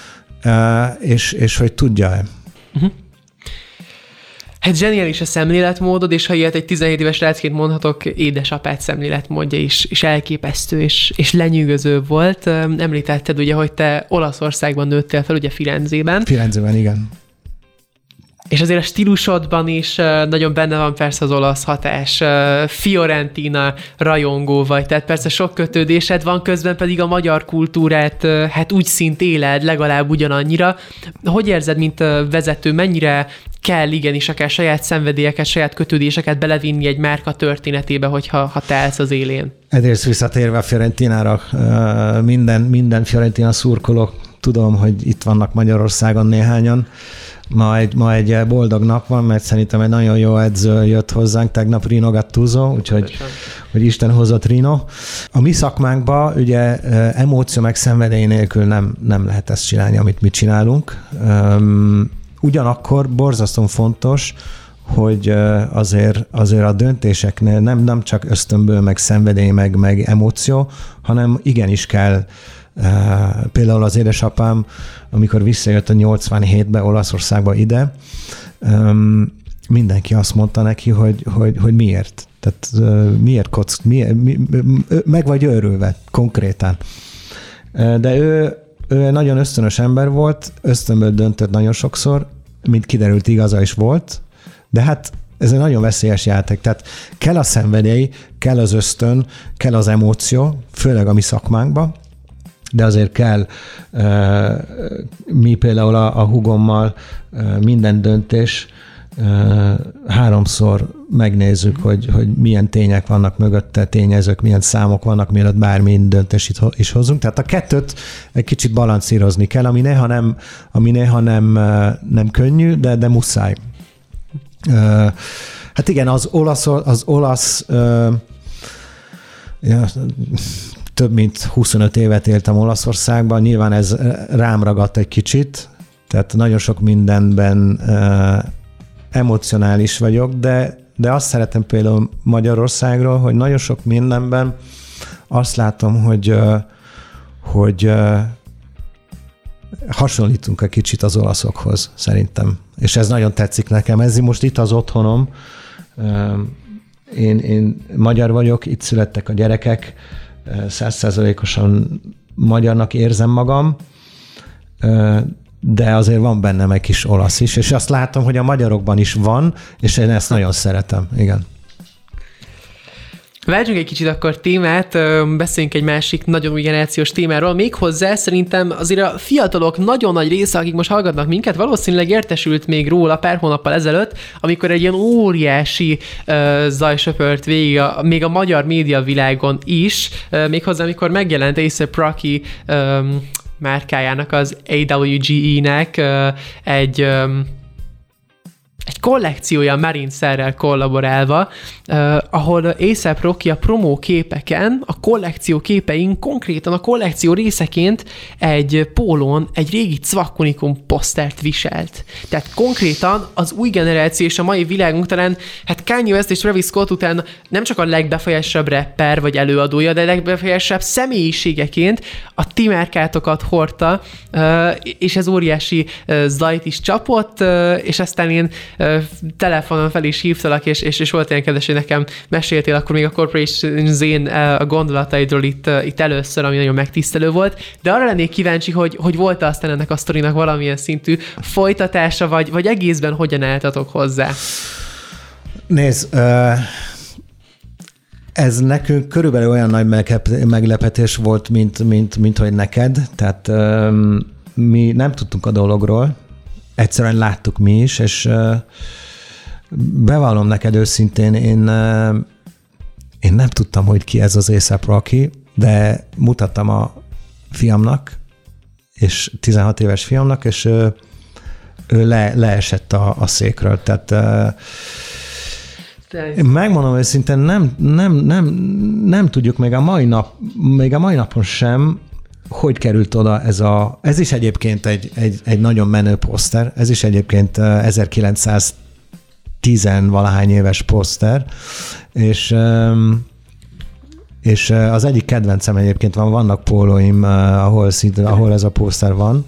és, és hogy tudja-e. Uh-huh. Hát zseniális a szemléletmódod, és ha ilyet egy tizenhét éves rácként mondhatok, édesapád szemléletmódja is, is elképesztő, és, és lenyűgöző volt. Említetted ugye, hogy te Olaszországban nőttél fel, ugye Firenzében. Firenzében, igen. És azért a stílusodban is nagyon benne van persze az olasz hatás. Fiorentina rajongó vagy, tehát persze sok kötődésed van, közben pedig a magyar kultúrát hát úgy szint éled, legalább ugyanannyira. Hogy érzed, mint vezető, mennyire kell igenis akár saját szenvedélyeket, saját kötődéseket belevinni egy márka történetébe, hogyha ha te állsz az élén? Egyrészt visszatérve a Fiorentinára, minden, minden Fiorentina szurkoló, tudom, hogy itt vannak Magyarországon néhányan. Ma egy, ma egy boldog nap van, mert szerintem egy nagyon jó edző jött hozzánk tegnap, Rino Gattuso, úgyhogy hogy Isten hozott Rino. A mi szakmánkban ugye emóció meg szenvedély nélkül nem, nem lehet ezt csinálni, amit mi csinálunk. Ugyanakkor borzasztóan fontos, hogy azért, azért a döntéseknél nem, nem csak ösztönből, meg szenvedély, meg, meg emóció, hanem igenis kell. Például az édesapám, amikor visszajött a nyolcvanhétben Olaszországba ide, mindenki azt mondta neki, hogy, hogy, hogy miért. Tehát miért kocz, miért, mi, meg vagy őrülve konkrétan. De ő, ő nagyon ösztönös ember volt, ösztönből döntött nagyon sokszor, mint kiderült, igaza is volt, de hát ez egy nagyon veszélyes játék. Tehát kell a szenvedély, kell az ösztön, kell az emóció, főleg a mi szakmánkban, de azért kell, mi például a, a hugommal minden döntés háromszor megnézzük, hogy, hogy milyen tények vannak mögötte, tényezők, milyen számok vannak, mielőtt bármilyen döntést is hozzunk. Tehát a kettőt egy kicsit balancírozni kell, ami néha nem, ami néha nem, nem könnyű, de, de muszáj. Hát igen, az olasz, az olasz ja, több mint huszonöt évet éltem Olaszországban, nyilván ez rám ragadt egy kicsit, tehát nagyon sok mindenben emocionális vagyok, de, de azt szeretem például Magyarországról, hogy nagyon sok mindenben azt látom, hogy, hogy hasonlítunk egy kicsit az olaszokhoz, szerintem. És ez nagyon tetszik nekem. Ez most itt az otthonom. Én, én magyar vagyok, itt születtek a gyerekek, száz százalékosan magyarnak érzem magam, de azért van bennem egy kis olasz is, és azt látom, hogy a magyarokban is van, és én ezt nagyon szeretem. Igen. Váltsunk egy kicsit akkor témát, beszéljünk egy másik nagyon új generációs témáról. Méghozzá szerintem azért a fiatalok nagyon nagy része, akik most hallgatnak minket, valószínűleg értesült még róla pár hónappal ezelőtt, amikor egy ilyen óriási uh, zaj söpört végig, a, még a magyar médiavilágon is, uh, méghozzá amikor megjelent A$ep Rocky um, márkájának, az á dupla vé gé é-nek uh, egy... Um, egy kollekciója Marinszerrel kollaborálva, uh, ahol A$ep Rocky a promó képeken, a kollekció képein konkrétan a kollekció részeként egy pólón egy régi Cvakkunikum posztert viselt. Tehát konkrétan az új generáció és a mai világunk talán, hát Kanye West és Travis Scott után nem csak a legbefolyásosabb rapper vagy előadója, de a legbefolyásosabb személyiségeként a ti márkátokat hordta, uh, és ez óriási uh, zajt is csapott, uh, és aztán én telefonon fel is hívtalak, és, és, és volt ilyen kedves, hogy nekem meséltél akkor még a Corporation Z-n a gondolataidról itt, itt először, ami nagyon megtisztelő volt, de arra lennék kíváncsi, hogy, hogy volt aztán ennek a sztorinak valamilyen szintű folytatása, vagy, vagy egészben hogyan álltatok hozzá? Nézd, ez nekünk körülbelül olyan nagy meglepetés volt, mint, mint, mint hogy neked, tehát mi nem tudtunk a dologról, egyszerűen láttuk mi is, és uh, bevallom neked őszintén, én, uh, én nem tudtam, hogy ki ez az A$ep Rocky, de mutattam a fiamnak, és tizenhat éves fiamnak, és uh, ő le, leesett a, a székről. Tehát uh, megmondom őszintén, nem, nem, nem, nem tudjuk még a mai nap, még a mai napon sem, hogy került oda ez a... Ez is egyébként egy, egy, egy nagyon menő poszter, ez is egyébként ezerkilencszáztíz-valahány éves poszter, és, és az egyik kedvencem egyébként van, vannak pólóim, ahol, szinte, ahol ez a poszter van,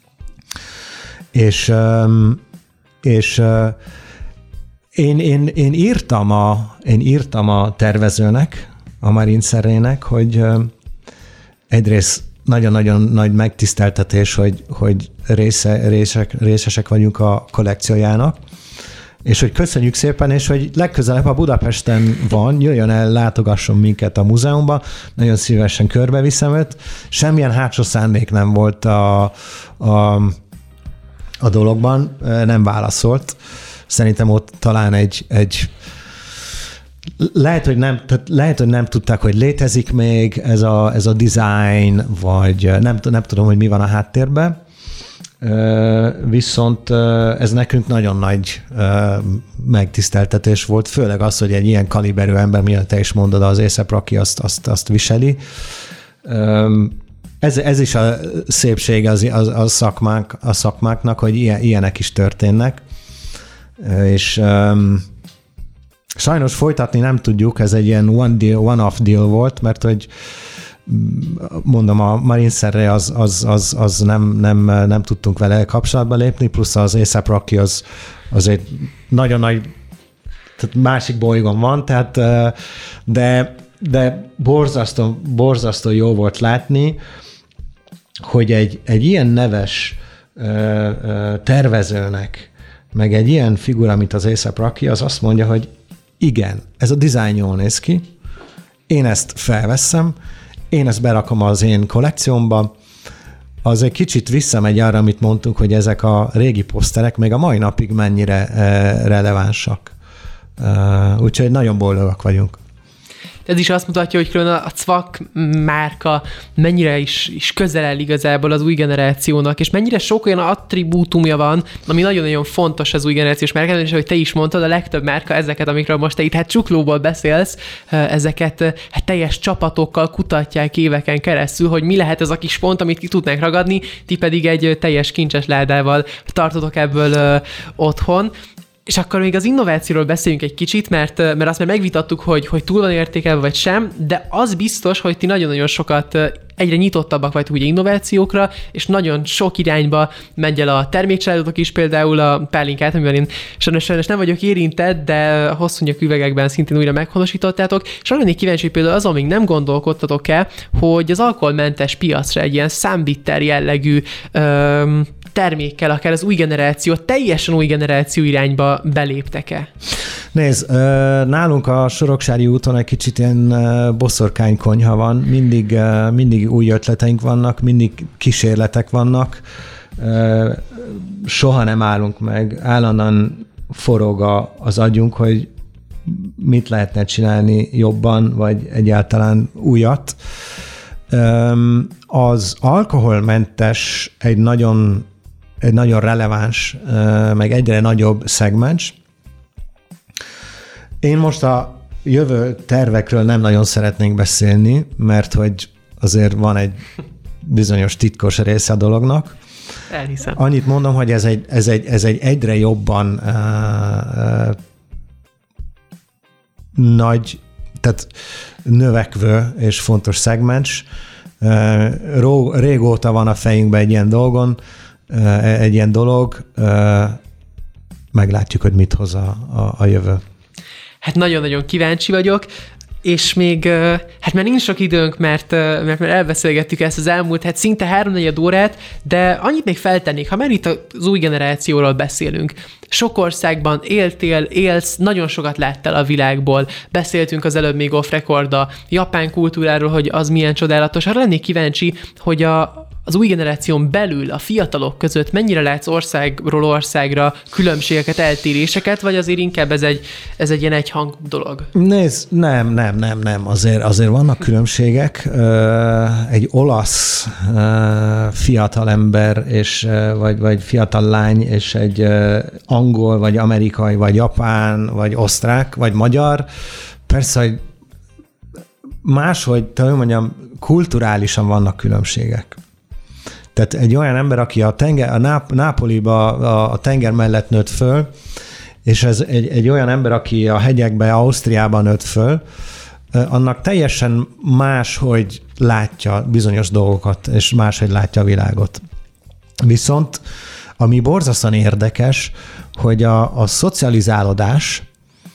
és, és én, én, én, írtam a, én írtam a tervezőnek, a Marinszerének, hogy egyrészt nagyon-nagyon nagy megtiszteltetés, hogy, hogy része, részek, részesek vagyunk a kollekciójának, és hogy köszönjük szépen, és hogy legközelebb, ha Budapesten van, jöjjön el, látogasson minket a múzeumban, nagyon szívesen körbeviszem őt. Semmilyen hátsó szándék nem volt a, a, a dologban, nem válaszolt. Szerintem ott talán egy, egy Lehet hogy, nem, lehet, hogy nem tudták, hogy létezik még ez a, ez a design, vagy nem, nem tudom, hogy mi van a háttérben. Viszont ez nekünk nagyon nagy megtiszteltetés volt, főleg az, hogy egy ilyen kaliberű ember, miatt te is mondod, az A$ep Rocky azt, azt, azt viseli. Ez, ez is a szépség az, az, az szakmánk, a szakmáknak, hogy ilyen, ilyenek is történnek. és um, sajnos folytatni nem tudjuk, ez egy ilyen one deal, one-off deal volt, mert hogy mondom, a Marineszerre az, az, az, az nem, nem, nem tudtunk vele kapcsolatba lépni, plusz az á$ép Rocky az, az egy nagyon nagy, tehát másik bolygón van, tehát, de, de borzasztó, borzasztó jó volt látni, hogy egy, egy ilyen neves tervezőnek, meg egy ilyen figura, mint az á$ép Rocky, az azt mondja, hogy igen, ez a dizájn jól néz ki, én ezt felveszem, én ezt berakom az én kollekciómba, az egy kicsit visszamegy arra, amit mondtunk, hogy ezek a régi poszterek még a mai napig mennyire relevánsak. Úgyhogy nagyon boldogak vagyunk. Ez is azt mutatja, hogy külön a cvak márka mennyire is, is közel áll igazából az új generációnak, és mennyire sok olyan attribútumja van, ami nagyon-nagyon fontos az új generációs márkában, és ahogy te is mondtad, a legtöbb márka ezeket, amikről most te itt hát csuklóból beszélsz, ezeket hát teljes csapatokkal kutatják éveken keresztül, hogy mi lehet ez a kis pont, amit ki tudnánk ragadni, ti pedig egy teljes kincses ládával tartotok ebből ö, otthon. És akkor még az innovációról beszéljünk egy kicsit, mert, mert azt már megvitattuk, hogy, hogy túl van értékelve vagy sem, de az biztos, hogy ti nagyon-nagyon sokat egyre nyitottabbak vagytok ugye innovációkra, és nagyon sok irányba megy el a termékcsaládotok is, például a pálinkát, amivel én sajnos, sajnos nem vagyok érintett, de hosszú nyak üvegekben szintén újra meghonosítottátok, és arra lennék kíváncsi, hogy például azon még nem gondolkodtatok-e, hogy az alkoholmentes piacra egy ilyen számbitter jellegű öm, termékkel, akár az új generáció, teljesen új generáció irányba beléptek-e? Nézd, nálunk a Soroksári úton egy kicsit ilyen boszorkánykonyha van, mindig, mindig új ötleteink vannak, mindig kísérletek vannak, soha nem állunk meg, állandóan forog az agyunk, hogy mit lehetne csinálni jobban, vagy egyáltalán újat. Az alkoholmentes egy nagyon, egy nagyon releváns, meg egyre nagyobb szegmens. Én most a jövő tervekről nem nagyon szeretnénk beszélni, mert hogy azért van egy bizonyos titkos része a dolognak. Elhiszem. Annyit mondom, hogy ez egy, ez egy, ez egy egyre jobban uh, uh, nagy, tehát növekvő és fontos szegmens. Uh, régóta van a fejünkben egy ilyen dolgon, uh, egy ilyen dolog, uh, meglátjuk, hogy mit hoz a, a, a jövő. Hát nagyon-nagyon kíváncsi vagyok, és még, hát már nincs sok időnk, mert, mert már elbeszélgettük ezt az elmúlt, hát szinte háromnegyed órát, de annyit még feltennék, ha már itt az új generációról beszélünk. Sok országban éltél, élsz, nagyon sokat láttál a világból. Beszéltünk az előbb még off-record a japán kultúráról, hogy az milyen csodálatos. Arra lennék kíváncsi, hogy a az új generáción belül a fiatalok között mennyire látsz országról országra különbségeket, eltéréseket, vagy azért inkább ez egy, ez egy ilyen egyhangú dolog? Nézd, nem, nem, nem, nem. Azért, azért vannak különbségek. Egy olasz fiatalember, és, vagy, vagy fiatal lány, és egy angol, vagy amerikai, vagy japán, vagy osztrák, vagy magyar. Persze, hogy máshogy, hogy mondjam, kulturálisan vannak különbségek. Tehát egy olyan ember, aki a, tenger, a Náp- Nápoliba a, a tenger mellett nőtt föl, és ez egy, egy olyan ember, aki a hegyekbe, Ausztriában nőtt föl, annak teljesen máshogy látja bizonyos dolgokat, és máshogy látja a világot. Viszont ami borzasztóan érdekes, hogy a, a szocializálódás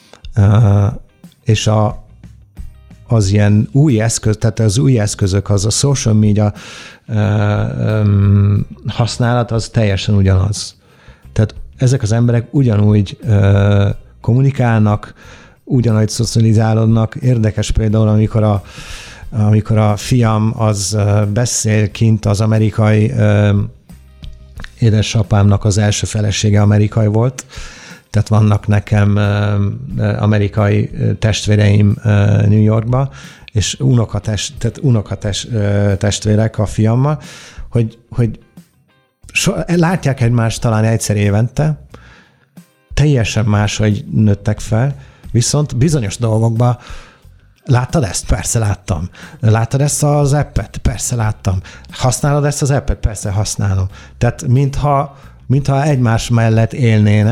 és a az ilyen új eszköz, tehát az új eszközök, az a social media uh, um, használat, az teljesen ugyanaz. Tehát ezek az emberek ugyanúgy uh, kommunikálnak, ugyanúgy szocializálódnak. Érdekes például, amikor a, amikor a fiam az uh, beszél kint az amerikai uh, édesapámnak az első felesége amerikai volt, tehát vannak nekem uh, amerikai testvéreim uh, New Yorkba, és unokatest, tehát unokatest, uh, testvérek a fiammal, hogy, hogy so, látják egymást talán egyszer évente, teljesen máshogy nőttek fel, viszont bizonyos dolgokban láttad ezt? Persze láttam. Láttad ezt az appet? Persze láttam. Használod ezt az appet? Persze használom. Tehát mintha, mintha egymás mellett élnének,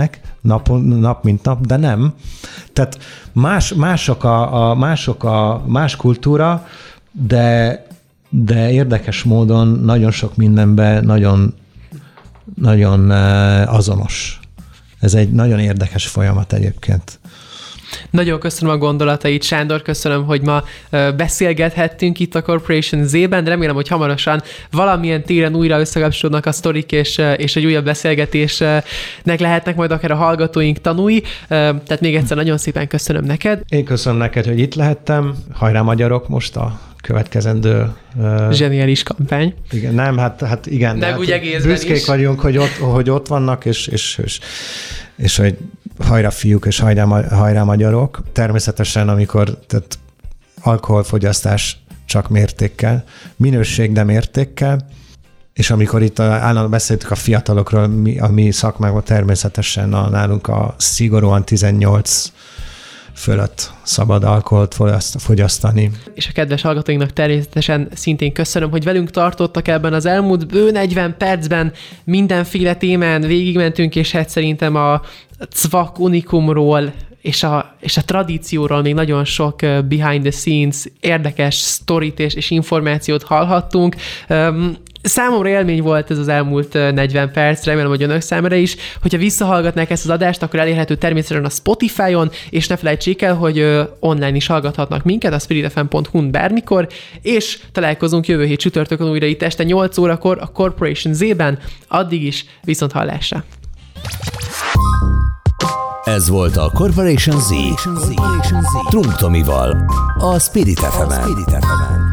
nap, nap mint nap, de nem. Tehát más, mások, a, a, mások a más kultúra, de, de érdekes módon nagyon sok mindenben nagyon, nagyon azonos. Ez egy nagyon érdekes folyamat egyébként. Nagyon köszönöm a gondolatait, Sándor, köszönöm, hogy ma beszélgethettünk itt a Corporation Z-ben, de remélem, hogy hamarosan valamilyen téren újra összekapcsolódnak a sztorik, és, és egy újabb beszélgetésnek lehetnek majd akár a hallgatóink tanúi. Tehát még egyszer nagyon szépen köszönöm neked. Én köszönöm neked, hogy itt lehettem. Hajrá magyarok most a következendő... Zseniális kampány. Igen, nem, hát, hát igen. De hát úgy egészben büszkék is. vagyunk, hogy ott, hogy ott vannak, és, és, és, és hogy hajrá fiúk, és hajrá, hajrá magyarok. Természetesen, amikor tehát alkoholfogyasztás csak mértékkel, minőség, de mértékkel, és amikor itt állandóan beszéltük a fiatalokról, mi, a mi szakmánkban természetesen a, nálunk a szigorúan tizennyolc fölött szabad alkoholt fogyasztani. És a kedves hallgatóinknak természetesen szintén köszönöm, hogy velünk tartottak ebben az elmúlt bő negyven percben. Mindenféle témán végigmentünk, és hát szerintem a cvak unikumról és a, és a tradícióról még nagyon sok behind the scenes érdekes sztorit és, és információt hallhattunk. Um, Számomra élmény volt ez az elmúlt negyven perc, remélem, hogy önök számára is. Hogyha visszahallgatnák ezt az adást, akkor elérhető természetesen a Spotify-on, és ne felejtsék el, hogy online is hallgathatnak minket a spirit f m pont hu-n bármikor, és találkozunk jövő hét csütörtökön újra itt este nyolc órakor a Corporation Z-ben. Addig is viszont hallásra! Ez volt a Corporation Z. Trunk Tomival, a Spirit ef emen.